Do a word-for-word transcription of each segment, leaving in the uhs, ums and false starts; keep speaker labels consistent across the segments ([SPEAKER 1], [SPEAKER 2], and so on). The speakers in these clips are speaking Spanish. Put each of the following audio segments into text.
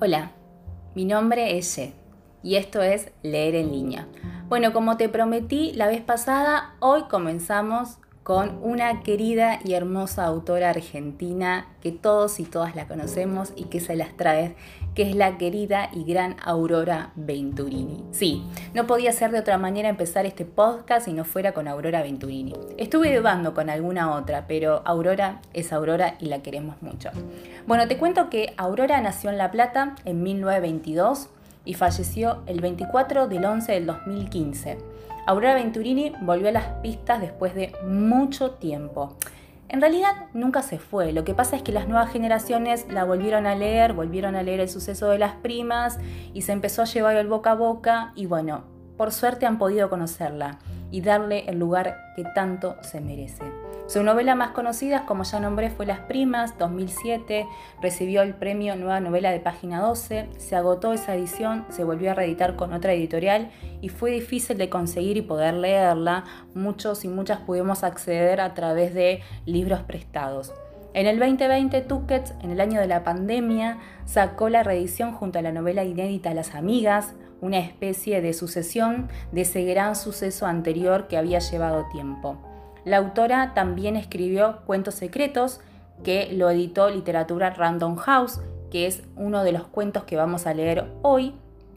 [SPEAKER 1] Hola, mi nombre es Ye y esto es Leer en Línea. Bueno, como te prometí la vez pasada, hoy comenzamos con una querida y hermosa autora argentina que todos y todas la conocemos y que se las trae, que es la querida y gran Aurora Venturini. Sí, no podía ser de otra manera empezar este podcast si no fuera con Aurora Venturini. Estuve dudando con alguna otra, pero Aurora es Aurora y la queremos mucho. Bueno, te cuento que Aurora nació en La Plata en mil novecientos veintidós y falleció el veinticuatro del once del dos mil quince. Aurora Venturini volvió a las pistas después de mucho tiempo. En realidad nunca se fue, lo que pasa es que las nuevas generaciones la volvieron a leer, volvieron a leer El suceso de las primas y se empezó a llevar el boca a boca y bueno, por suerte han podido conocerla y darle el lugar que tanto se merece. Su novela más conocida, como ya nombré, fue Las primas, dos mil siete, recibió el premio Nueva Novela de Página doce, se agotó esa edición, se volvió a reeditar con otra editorial y fue difícil de conseguir y poder leerla. Muchos y muchas pudimos acceder a través de libros prestados. En el veinte veinte, Tusquets, en el año de la pandemia, sacó la reedición junto a la novela inédita Las amigas, una especie de sucesión de ese gran suceso anterior que había llevado tiempo. La autora también escribió Cuentos secretos, que lo editó Literatura Random House, que es uno de los cuentos que vamos a leer hoy,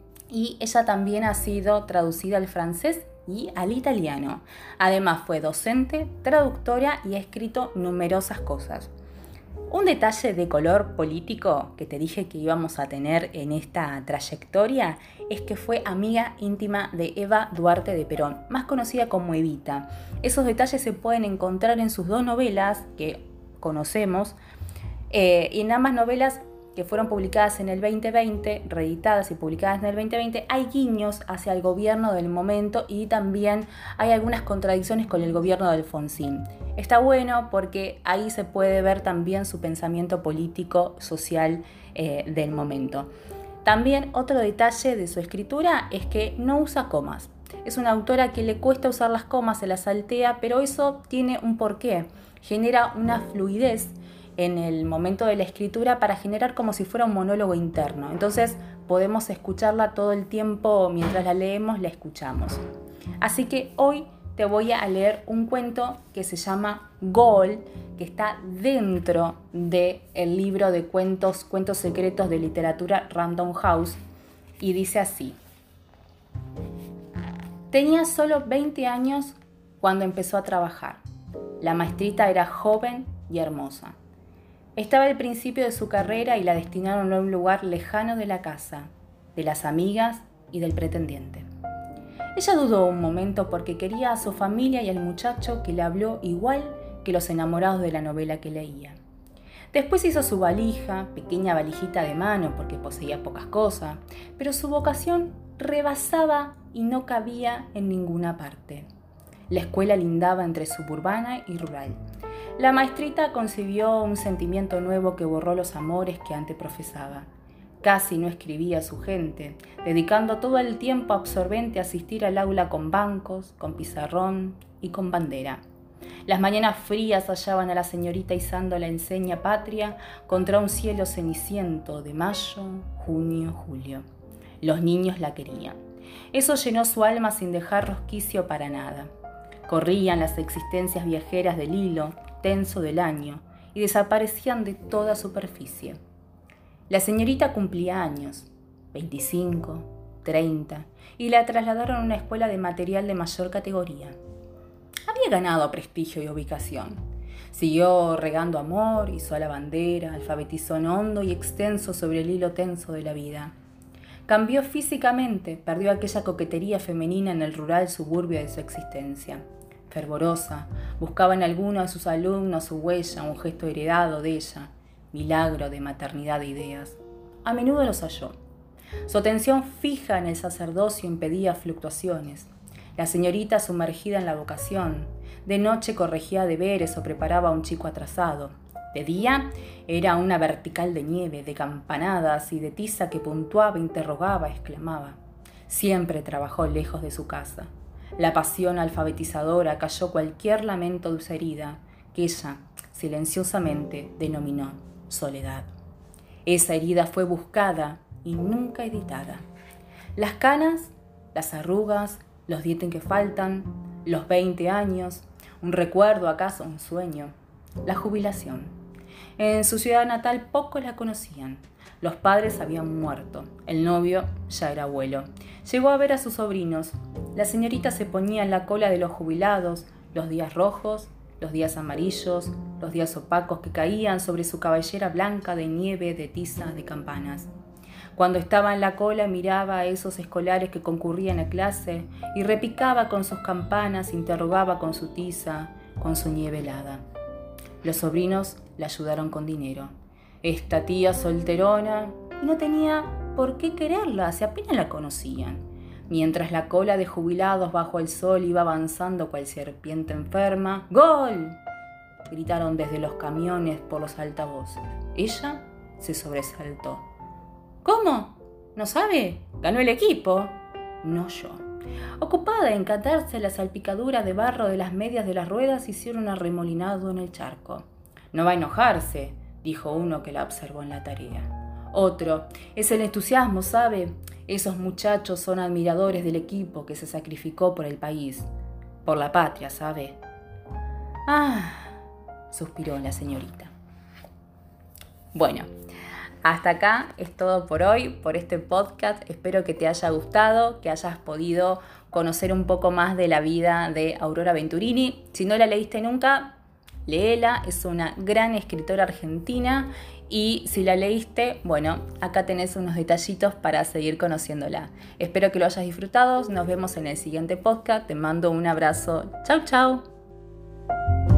[SPEAKER 1] y ella también ha sido traducida al francés y al italiano. Además fue docente, traductora y ha escrito numerosas cosas. Un detalle de color político que te dije que íbamos a tener en esta trayectoria es que fue amiga íntima de Eva Duarte de Perón, más conocida como Evita. Esos detalles se pueden encontrar en sus dos novelas que conocemos, eh, y en ambas novelas que fueron publicadas en el veinte veinte, reeditadas y publicadas en el veinte veinte, hay guiños hacia el gobierno del momento y también hay algunas contradicciones con el gobierno de Alfonsín. Está bueno porque ahí se puede ver también su pensamiento político, social eh, del momento. También otro detalle de su escritura es que no usa comas. Es una autora que le cuesta usar las comas, se las saltea, pero eso tiene un porqué. Genera una fluidez en el momento de la escritura para generar como si fuera un monólogo interno. Entonces podemos escucharla todo el tiempo, mientras la leemos, la escuchamos. Así que hoy te voy a leer un cuento que se llama Gol, que está dentro del libro de cuentos, cuentos secretos de Literatura Random House, y dice así. Tenía solo veinte años cuando empezó a trabajar. La maestrita era joven y hermosa. Estaba al principio de su carrera y la destinaron a un lugar lejano de la casa, de las amigas y del pretendiente. Ella dudó un momento porque quería a su familia y al muchacho que le habló igual que los enamorados de la novela que leía. Después hizo su valija, pequeña valijita de mano porque poseía pocas cosas, pero su vocación rebasaba y no cabía en ninguna parte. La escuela lindaba entre suburbana y rural. La maestrita concibió un sentimiento nuevo que borró los amores que antes profesaba. Casi no escribía a su gente, dedicando todo el tiempo absorbente a asistir al aula con bancos, con pizarrón y con bandera. Las mañanas frías hallaban a la señorita izando la enseña patria contra un cielo ceniciento de mayo, junio, julio. Los niños la querían. Eso llenó su alma sin dejar rosquicio para nada. Corrían las existencias viajeras del hilo tenso del año y desaparecían de toda superficie. La señorita cumplía años, veinticinco, treinta, y la trasladaron a una escuela de material de mayor categoría. Había ganado prestigio y ubicación. Siguió regando amor, hizo la bandera, alfabetizó en hondo y extenso sobre el hilo tenso de la vida. Cambió físicamente, perdió aquella coquetería femenina en el rural suburbio de su existencia. Fervorosa, buscaba en alguno de sus alumnos su huella, un gesto heredado de ella, milagro de maternidad de ideas. A menudo los halló. Su atención fija en el sacerdocio impedía fluctuaciones. La señorita sumergida en la vocación, de noche corregía deberes o preparaba a un chico atrasado. De día era una vertical de nieve, de campanadas y de tiza que puntuaba, interrogaba, exclamaba. Siempre trabajó lejos de su casa. La pasión alfabetizadora calló cualquier lamento de su herida, que ella silenciosamente denominó soledad. Esa herida fue buscada y nunca editada. Las canas, las arrugas, los dientes que faltan, los veinte años, un recuerdo acaso, un sueño, la jubilación. En su ciudad natal pocos la conocían. Los padres habían muerto, el novio ya era abuelo. Llegó a ver a sus sobrinos. La señorita se ponía en la cola de los jubilados, los días rojos, los días amarillos, los días opacos que caían sobre su cabellera blanca de nieve, de tiza, de campanas. Cuando estaba en la cola miraba a esos escolares que concurrían a clase y repicaba con sus campanas, interrogaba con su tiza, con su nieve helada. Los sobrinos la ayudaron con dinero. Esta tía solterona no tenía por qué quererla, si apenas la conocían. Mientras la cola de jubilados bajo el sol iba avanzando cual serpiente enferma, ¡gol!, gritaron desde los camiones por los altavoces. Ella se sobresaltó. ¿Cómo? ¿No sabe? ¿Ganó el equipo? No yo. Ocupada en catarse la salpicadura de barro de las medias de las ruedas, hicieron un arremolinado en el charco. No va a enojarse, dijo uno que la observó en la tarea. Otro, es el entusiasmo, ¿sabe? Esos muchachos son admiradores del equipo que se sacrificó por el país, por la patria, ¿sabe? Ah, suspiró la señorita. Bueno, hasta acá es todo por hoy, por este podcast. Espero que te haya gustado, que hayas podido conocer un poco más de la vida de Aurora Venturini. Si no la leíste nunca, léela, es una gran escritora argentina y si la leíste, bueno, acá tenés unos detallitos para seguir conociéndola. Espero que lo hayas disfrutado, nos vemos en el siguiente podcast, te mando un abrazo, chau chau.